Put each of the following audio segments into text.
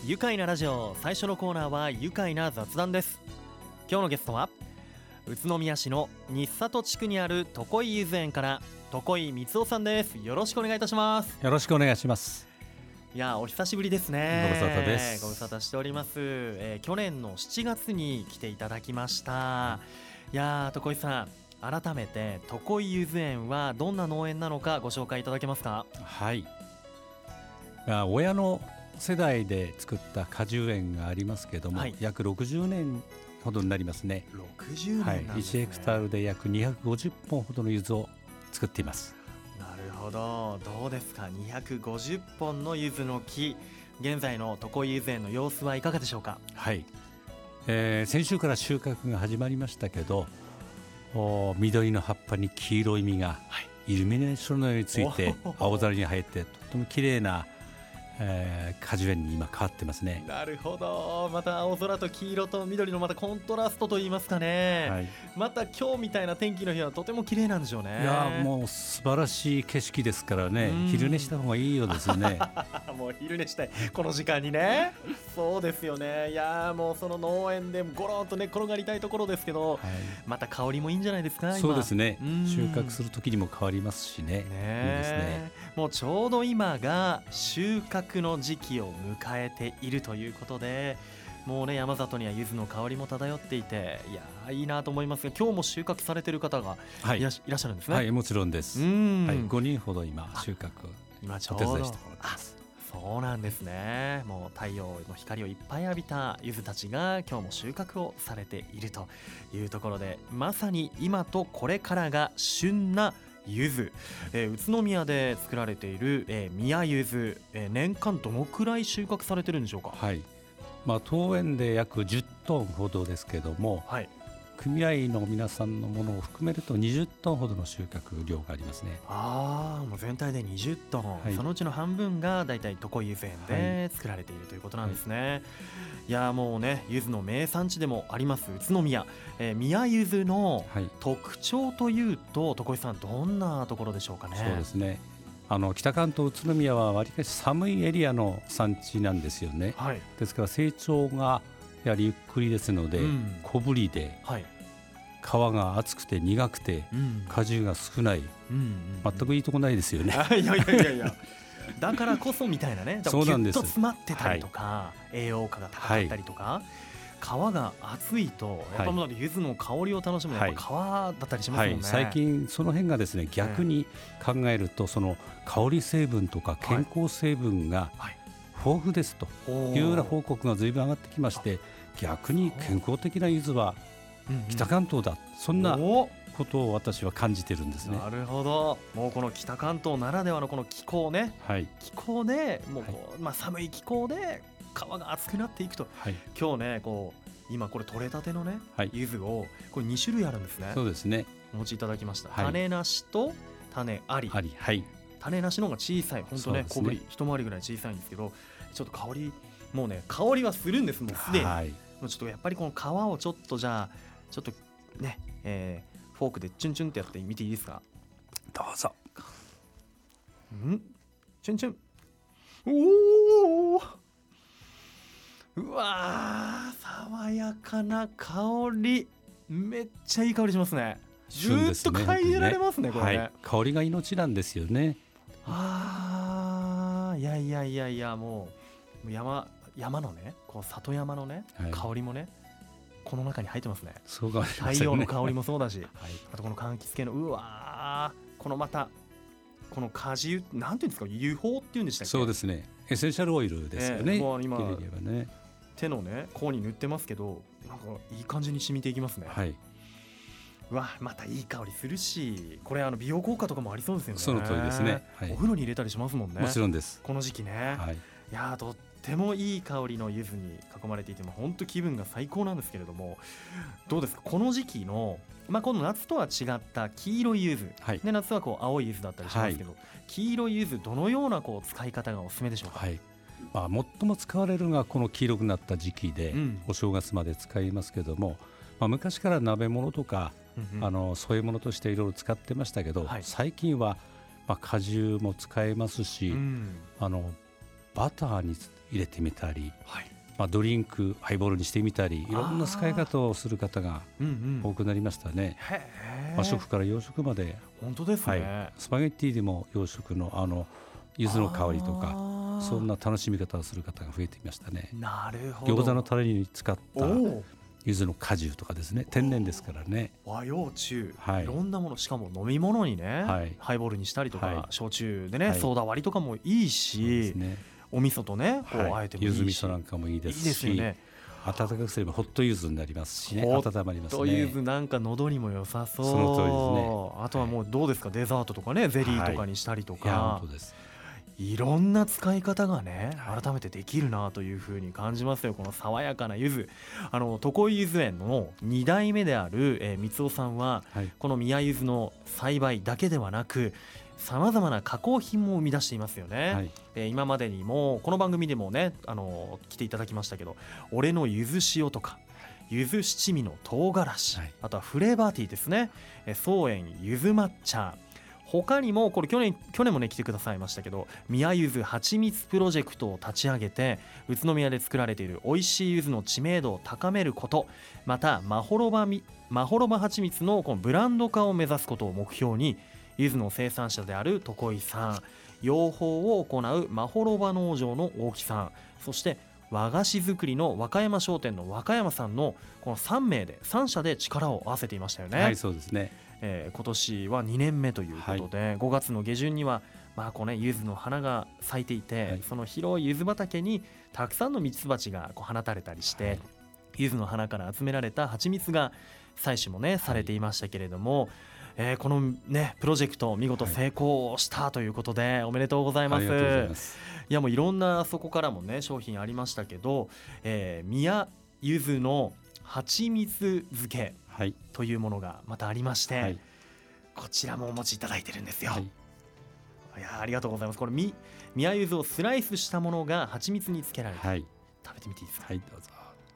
愉快なラジオ、最初のコーナーは愉快な雑談です。今日のゲストは宇都宮市の日里地区にある床井ゆず園から床井光雄さんです。よろしくお願いいたします。 よろしくお願いします。 いやお久しぶりですね。 ご無沙汰です。 ご無沙汰しております。去年の7月に来ていただきました。いや床井さん、改めて床井ゆず園はどんな農園なのかご紹介いただけますか？ はい、親の世代で作った果樹園がありますけども、約60年ほどになりますね。 60年なんですね。 1ヘクタールで約250本ほどの柚子を作っています。 なるほど、どうですか、250本の柚子の木、現在の床井ゆず園の様子はいかがでしょうか？ はい、先週から収穫が始まりましたけど、緑の葉っぱに黄色い実がイルミネーションのようについて青空に映えてとても綺麗な果樹園に今変わってますね。 なるほど、また青空と黄色と緑のまたコントラストといいますかね、また今日みたいな天気の日はとても綺麗なんでしょうね。 いやもう素晴らしい景色ですからね、昼寝した方がいいようですよね。 もう昼寝したいこの時間にね。そうですよね。いやもうその農園でゴロンと寝転がりたいところですけど、また香りもいいんじゃないですか？ そうですね、収穫する時にも変わりますしね。いいですね。 もうちょうど今が収穫の時期を迎えているということで、もうね山里には柚子の香りも漂っていて、いやいいなと思いますが、今日も収穫されている方がいらっしゃるんですね。 はい、もちろんです。5人ほど今収穫今ちょうどお手伝いしてもらってます。 そうなんですね。もう太陽の光をいっぱい浴びた柚子たちが今日も収穫をされているというところで、まさに今とこれからが旬な柚子、宇都宮で作られている、宮柚子、年間どのくらい収穫されてるんでしょうか？ はい、当園で約10トンほどですけども、組合の皆さんのものを含めると20トンほどの収穫量がありますね。 もう全体で20トン、そのうちの半分がだいたい床井ゆず園で作られているということなんですね。いやもうね柚子の名産地でもあります宇都宮、宮柚子の特徴というと、床井さんどんなところでしょうかね？ そうですね、北関東宇都宮はわりかし寒いエリアの産地なんですよね。ですから成長がやはりゆっくりですので、小ぶりで、皮が厚くて苦くて、果汁が少ない、全くいいとこないですよね。 いやだからこそみたいなね、 そうなんです。 ギュッと詰まってたりとか、栄養価が高かったりとか、皮が厚いとやっぱり柚子の香りを楽しむのはやっぱ皮だったりしますもんね。 最近その辺がですね、逆に考えるとその香り成分とか健康成分が豊富ですというような報告が随分上がってきまして、逆に健康的な柚子は北関東だ、そんなことを私は感じてるんですね。 なるほど。もうこの北関東ならではのこの気候ね、気候でもう寒い気候で皮が厚くなっていくと、今日ね今これ取れたてのね、柚子をこれ2種類あるんですね。 そうですね、 お持ちいただきました。種なしと種あり。種なしの方が小さい、本当ね小ぶり、一回りぐらい小さいんですけど、ちょっと香りもうね香りはするんです。もうすでにもうちょっとやっぱりこの皮をちょっとじゃあちょっとね、フォークでチュンチュンってやってみていいですか？ どうぞ。 チュンチュン。うわ爽やかな香り、めっちゃいい香りしますね。ずっと嗅いでられますね、これね。 香りが命なんですよね。 いやもう山のね、こう里山のね、香りもねこの中に入ってますね。太陽の香りもそうだし、あとこの柑橘系のこのまたこの果汁なんていうんですか、油胞っていうんでしたっけ？そうですね、エッセンシャルオイルですよね。 もう今手のね甲に塗ってますけど、なんかいい感じに染みていきますね。またいい香りするし、これ美容効果とかもありそうですよね。 その通りですね。 お風呂に入れたりしますもんね。 もちろんです。 この時期ね。いやとってもいい香りの柚子に囲まれていて、本当気分が最高なんですけれども、どうですかこの時期の、この夏とは違った黄色い柚子、で夏は青い柚子だったりしますけど、黄色い柚子どのような使い方がおすすめでしょうか？ 最も使われるのがこの黄色くなった時期で、お正月まで使いますけども、昔から鍋物とか添え物としていろいろ使ってましたけど、最近は果汁も使えますし、 バターに入れてみたり、 はい、 ドリンクハイボールにしてみたり、いろんな使い方をする方が多くなりましたね。和食から洋食まで。 本当ですね、 はい、スパゲッティでも洋食の柚子の香りとか、そんな楽しみ方をする方が増えてきましたね。 なるほど。 餃子のタレに使った柚子の果汁とかですね、天然ですからね。 和洋中、 はい、 いろんなもの、しかも飲み物にね、はい、ハイボールにしたりとか、はい、焼酎でね、はい、ソーダ割りとかもいいし、そうですね、お味噌とねこうあえてもいいし、 柚子味噌なんかもいいですし、 いいですよね。 温かくすればホット柚子になりますしね、温まりますね。 ホット柚子なんか喉にも良さそう。 その通りですね。 あとはもうどうですか、デザートとかね、ゼリーとかにしたりとか、 いや本当です。 いろんな使い方がね改めてできるなというふうに感じますよ、この爽やかな柚子。常井柚子園の2代目である、三尾さんは、はい、この宮柚子の栽培だけではなくさまざまな加工品も生み出していますよね。はい、今までにもこの番組でもね来ていただきましたけど、俺の柚子塩とか柚子七味の唐辛子、はい、あとはフレーバーティーですね、草園柚子抹茶、他にもこれ去年もね来てくださいましたけど、宮柚子はちみつプロジェクトを立ち上げて宇都宮で作られている美味しい柚子の知名度を高めること、またまほろばはちみつのこのブランド化を目指すことを目標に、柚子の生産者である常井さん、養蜂を行うまほろば農場の大木さん、そして和菓子作りの和歌山商店の和歌山さんのこの3社で力を合わせていましたよね。 はい、そうですね。 今年は2年目ということで、はい、5月の下旬には柚子の花が咲いていて、はい、その広い柚子畑にたくさんのミツバチが放たれたりして、はい、柚子の花から集められた蜂蜜が採取もねされていましたけれども、このねプロジェクト見事成功したということで、おめでとうございます。 ありがとうございます。 いやもういろんなそこからもね商品ありましたけど、宮柚子の蜂蜜漬けというものがまたありまして、はい、こちらもお持ちいただいてるんですよ。はい、いやありがとうございます。これ宮柚子をスライスしたものが蜂蜜に漬けられて、はい、食べてみていいですか。 はい、どうぞ。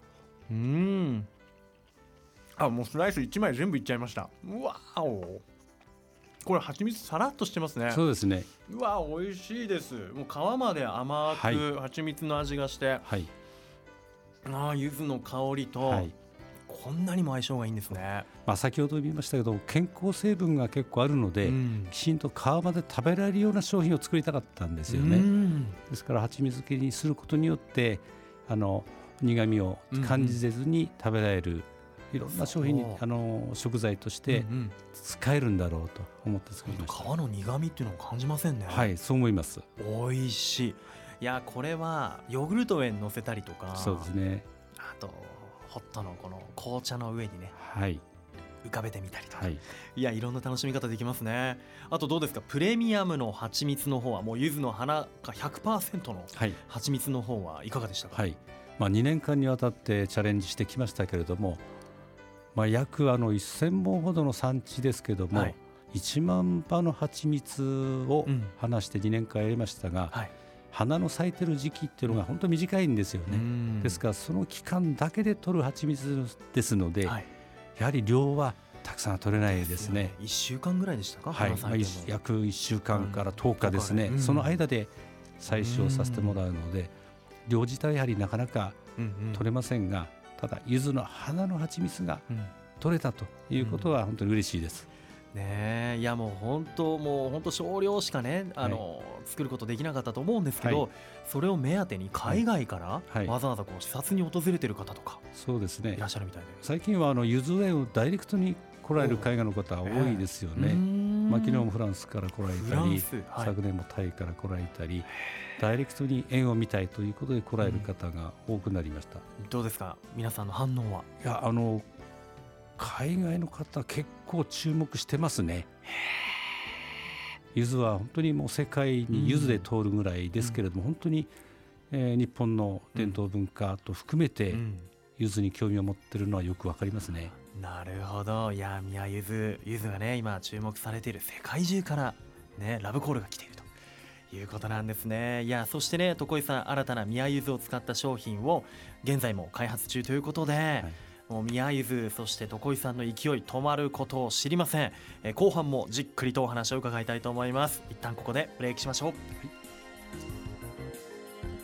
もうスライス1枚全部いっちゃいました。うわお、これ蜂蜜さらっとしてますね。 そうですね。 うわ美味しいです。もう皮まで甘く蜂蜜の味がして、はい、柚子の香りと、はい、こんなにも相性がいいんですね。 先ほど言いましたけど健康成分が結構あるので、きちんと皮まで食べられるような商品を作りたかったんですよね。ですから蜂蜜漬けにすることによって苦味を感じずに食べられる、いろんな商品に食材として使えるんだろうと思って作りました。 皮の苦味っていうのを感じませんね。 はい、そう思います。 美味しい。いやこれはヨーグルト上に乗せたりとか、 そうですね、 あとホットのこの紅茶の上にね、 はい、 浮かべてみたりとか、はい、いやいろんな楽しみ方できますね。あとどうですか、プレミアムの蜂蜜の方はもう柚子の花が 100% の蜂蜜の方はいかがでしたか。 はい、2年間にわたってチャレンジしてきましたけれども、約1000本ほどの産地ですけども、はい、1万羽の蜂蜜を放して2年間やりましたが、はい、花の咲いてる時期っていうのが本当に短いんですよね。ですからその期間だけで取る蜂蜜ですので、はい、やはり量はたくさん取れないですね。 1週間ぐらいでしたか。 はい、約1週間から10日ですね、その間で採取をさせてもらうので、量自体はやはりなかなか取れませんが、ただ柚子の花の蜂蜜が取れたということは本当に嬉しいです。 ね、いやもう本当少量しかね作ることできなかったと思うんですけど、はい、それを目当てに海外からわざわざこう視察に訪れてる方とか、 そうですね、 いらっしゃるみたいで、 最近は柚子園をダイレクトに来られる海外の方多いですよね。昨日もフランスから来られたり、昨年もタイから来られたり、ダイレクトに園を見たいということで来られる方が多くなりました。 どうですか皆さんの反応は。 いや海外の方結構注目してますね。柚子は本当にもう世界に柚子で通るぐらいですけれども、本当に、日本の伝統文化と含めて柚子に興味を持っているのはよくわかりますね。 なるほど。いや宮柚子がね今注目されている、世界中からねラブコールが来ているということなんですね。いやそしてね常井さん、新たな宮柚子を使った商品を現在も開発中ということで、はい、もう宮柚子そして常井さんの勢い止まることを知りません。後半もじっくりとお話を伺いたいと思います。一旦ここでブレイクしましょう。はい。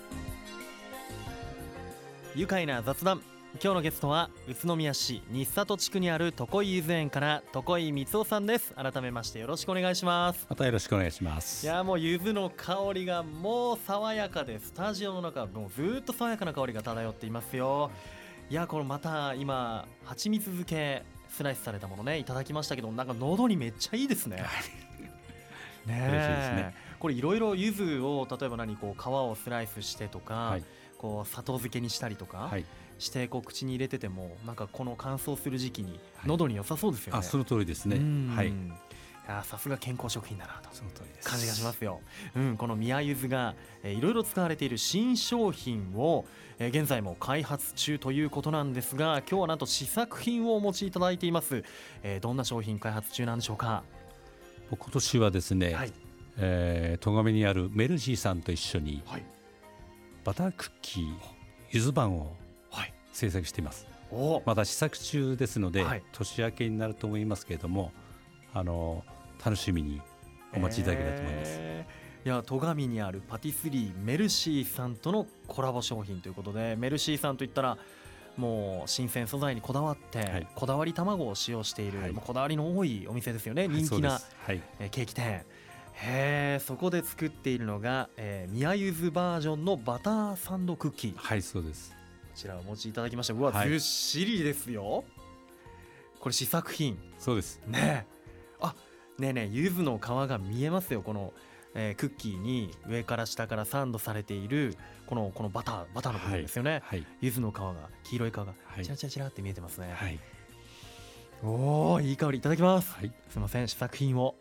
愉快な雑談。今日のゲストは宇都宮市新里地区にある常井ゆず園から常井光雄さんです。改めましてよろしくお願いします。 またよろしくお願いします。 いやもう柚子の香りがもう爽やかで、スタジオの中もうずっと爽やかな香りが漂っていますよ。いやこれまた今蜂蜜漬けスライスされたものねいただきましたけど、なんか喉にめっちゃいいですね。ねえ、 嬉しいですね。 これいろいろ柚子を例えばこう皮をスライスしてとか、 はい、 こう砂糖漬けにしたりとか、 はい、 してこう口に入れててもなんかこの乾燥する時期に喉に良さそうですよね。 あ、その通りですね。はい。 さすが健康食品だなとその通りです感じがしますよ。この宮柚子がいろいろ使われている新商品を現在も開発中ということなんですが、今日はなんと試作品をお持ちいただいています。どんな商品開発中なんでしょうか。 今年はですね、はい、戸上にあるメルシーさんと一緒に、はい、バタークッキー柚子パンを制作しています。まだ試作中ですので、はい、年明けになると思いますけれども、楽しみにお待ちいただければと思います。 いや戸上にあるパティスリーメルシーさんとのコラボ商品ということで、メルシーさんといったらもう新鮮素材にこだわって、はい、こだわり卵を使用している、はい、もうこだわりの多いお店ですよね。人気な、はい、ケーキ店。そこで作っているのが、宮柚子バージョンのバターサンドクッキー。 はい、そうです。 こちらをお持ちいただきました。うわ、ずっしりですよ。これ試作品。 そうですね。ねえねえ、柚子の皮が見えますよ。この、クッキーに上から下からサンドされているこのバターの部分ですよね。はい、柚子の皮が、黄色い皮がチラチラチラって見えてますね。はい、おー、いい香り。いただきます。はい、すいません、試作品を。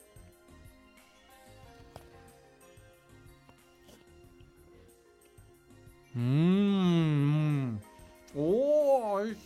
おー、おいしい。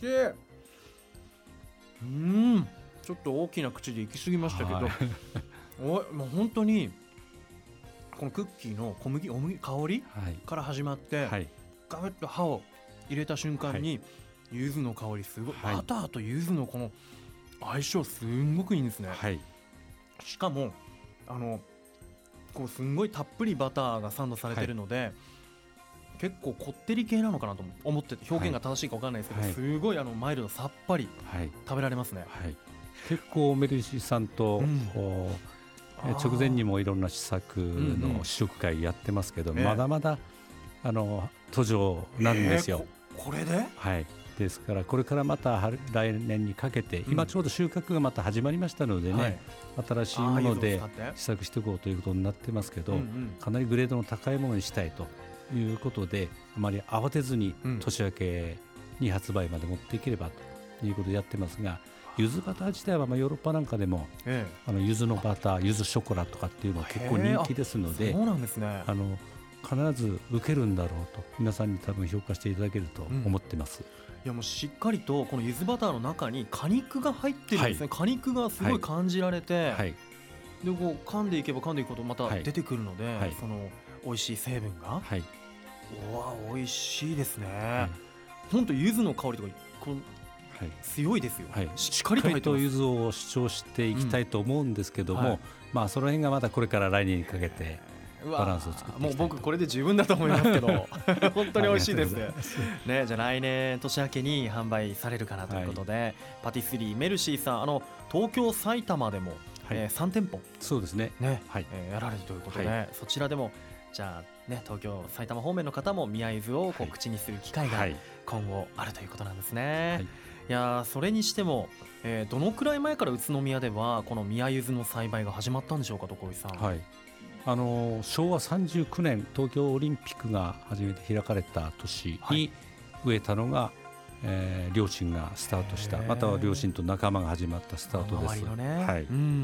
ちょっと大きな口で行き過ぎましたけど、もう本当にこのクッキーのお麦香りから始まって、ガブッと歯を入れた瞬間に、柚子の香りすごい、バターと柚子のこの相性すんごくいいんですね。しかもこうすんごいたっぷりバターがサンドされてるので、結構こってり系なのかなと思ってて、表現が正しいか分からないですけど、すごいマイルドさっぱり食べられますね。 結構メルシーさんと、直前にもいろんな試作の試食会やってますけど、まだまだ途上なんですよ。 これで、 ですからこれからまた来年にかけて、今ちょうど収穫がまた始まりましたのでね、新しいもので試作していこうということになってますけど、かなりグレードの高いものにしたいということで、あまり慌てずに年明けに発売まで持っていければということでやってますが、柚子バター自体はヨーロッパなんかでも、柚子のバター、柚子ショコラとかっていうのは結構人気ですので、 そうなんですね。 必ず受けるんだろうと、皆さんに多分評価していただけると思ってます。 いやもうしっかりとこの柚子バターの中に果肉が入ってるんですね。果肉がすごい感じられて、でこう噛んでいけば噛んでいくほどまた出てくるので、その美味しい成分が、うわ美味しいですね。本当柚子の香りとかこの強いですよ。しっかりと入ってます。 柚子を主張していきたいと思うんですけども、その辺がまたこれから来年にかけてバランスを作っていきたいと。 もう僕これで十分だと思いますけど本当に美味しいですね。じゃあ来年年明けに販売されるかなということで、パティスリーメルシーさん、東京埼玉でも、3店舗そうですね、 やられるということで、そちらでもじゃあね、東京埼玉方面の方も宮柚子をこう口にする機会が今後あるということなんですね。いやそれにしても、どのくらい前から宇都宮ではこの宮柚子の栽培が始まったんでしょうか、常井さん。 昭和39年東京オリンピックが初めて開かれた年に植えたのが、両親がスタートした、または両親と仲間が始まったスタートです。 周りのね、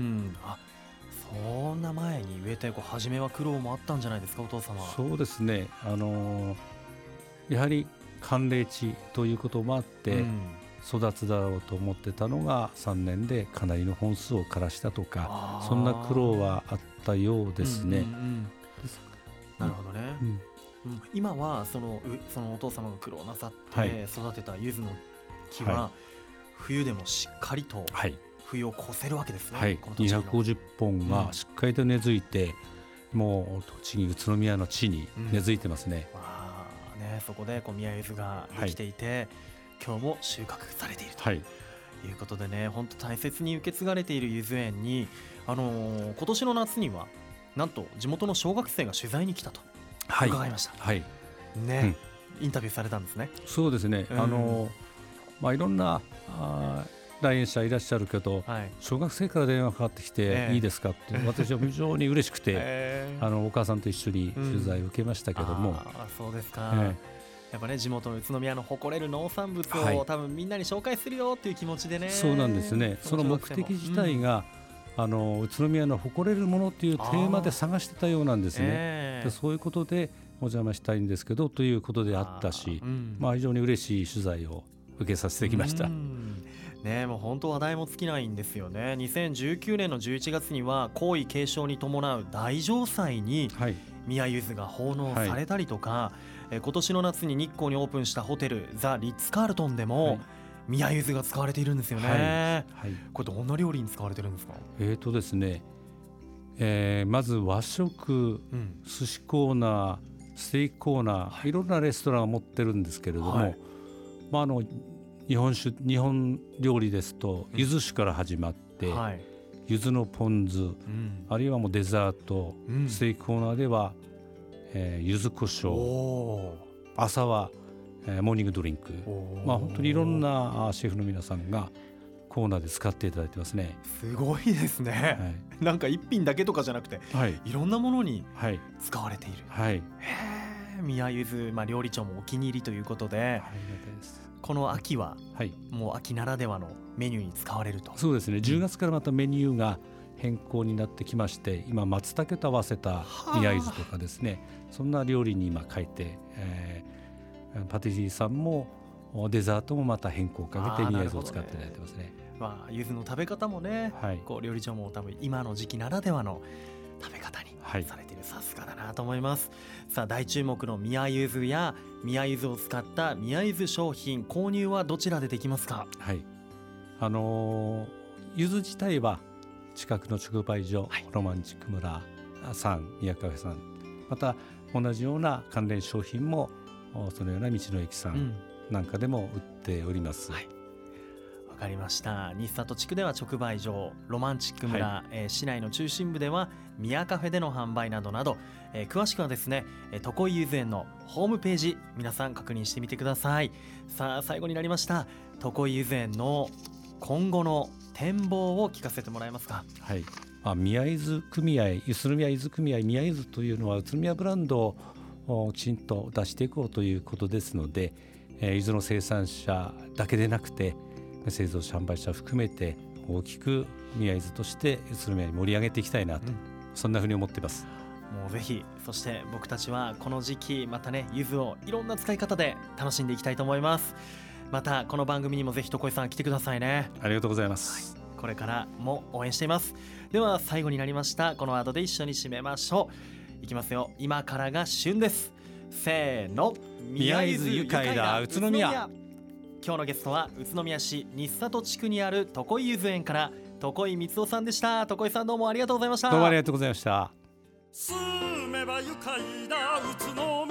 そんな前に植えて初めは苦労もあったんじゃないですか、お父様。 そうですね、やはり寒冷地ということもあって、育つだろうと思ってたのが3年でかなりの本数を枯らしたとか、そんな苦労はあったようですね。 なるほどね。今はそのお父様が苦労なさって育てた柚子の木は冬でもしっかりと冬を越せるわけですね。 250本がしっかりと根付いて、もう栃木宇都宮の地に根付いてますね。 ね、そこで宮柚子ができていて、今日も収穫されているということでね、本当大切に受け継がれている柚子園に、今年の夏にはなんと地元の小学生が取材に来たと伺いました。ね、インタビューされたんですね。 そうですね、いろんな来園者いらっしゃるけど、小学生から電話かかってきて、いいですかって私は非常に嬉しくて、お母さんと一緒に取材を受けましたけども、 そうですか。やっぱね、地元の宇都宮の誇れる農産物を、多分みんなに紹介するよっていう気持ちでね。そうなんですね。 その目的自体が、宇都宮の誇れるものというテーマで探してたようなんですね。でそういうことでお邪魔したいんですけどということであったし、非常に嬉しい取材を受けさせてきました。 ね、もう本当話題も尽きないんですよね。2019年の11月には皇位継承に伴う大嘗祭に宮柚子が奉納されたりとか、今年の夏に日光にオープンしたホテルザ・リッツ・カールトンでも、宮柚子が使われているんですよね。これどんな料理に使われてるんですか？ ですね、まず和食、寿司コーナー、ステーキコーナー、いろんなレストランを持ってるんですけれども、日本料理ですと柚子酒から始まって、柚子のポン酢、あるいはもうデザート、ステーキコーナーでは、柚子胡椒、朝は、モーニングドリンク、本当にいろんなシェフの皆さんがコーナーで使っていただいてますね。 すごいですね、なんか一品だけとかじゃなくて、いろんなものに使われている、宮柚子、料理長もお気に入りということで、この秋は、もう秋ならではのメニューに使われると。 そうですね、10月からまたメニューが変更になってきまして、今松茸と合わせた宮柚子とかですね、そんな料理に今変えて、パティシエさんもデザートもまた変更をかけて宮柚子を使っていただいてますね。 柚子の食べ方もね、料理長も多分今の時期ならではの食べ方にされている、さすがだなと思います。さあ、大注目の宮柚子や宮柚子を使った宮柚子商品、購入はどちらでできますか？ 柚子自体は近くの直売所、ロマンチック村さん、宮カフェさん、また同じような関連商品もそのような道の駅さんなんかでも売っております。 わかりました。新里地区では直売所、ロマンチック村、市内の中心部では宮カフェでの販売などなど、詳しくはですね、常井柚子園のホームページ、皆さん確認してみてください。さあ、最後になりました。常井柚子園の今後の展望を聞かせてもらえますか？ 宮柚子組合、宇都宮柚子組合宮柚子というのは宇都宮ブランドをきちんと出していこうということですので、柚子の生産者だけでなくて製造者販売者含めて大きく宮柚子として宇都宮に盛り上げていきたいなと、そんなふうに思っています。 もうぜひ、そして僕たちはこの時期またね、柚子をいろんな使い方で楽しんでいきたいと思います。またこの番組にもぜひ常井さん来てくださいね。 ありがとうございます、 これからも応援しています。では最後になりました。このワードで一緒に締めましょう。いきますよ。今からが旬です。せーの、 宮柚子愉快だ宇都宮。 今日のゲストは宇都宮市新里地区にある常井柚子園から常井光雄さんでした。常井さん、どうもありがとうございました。 どうもありがとうございました。 住めば愉快だ宇都宮。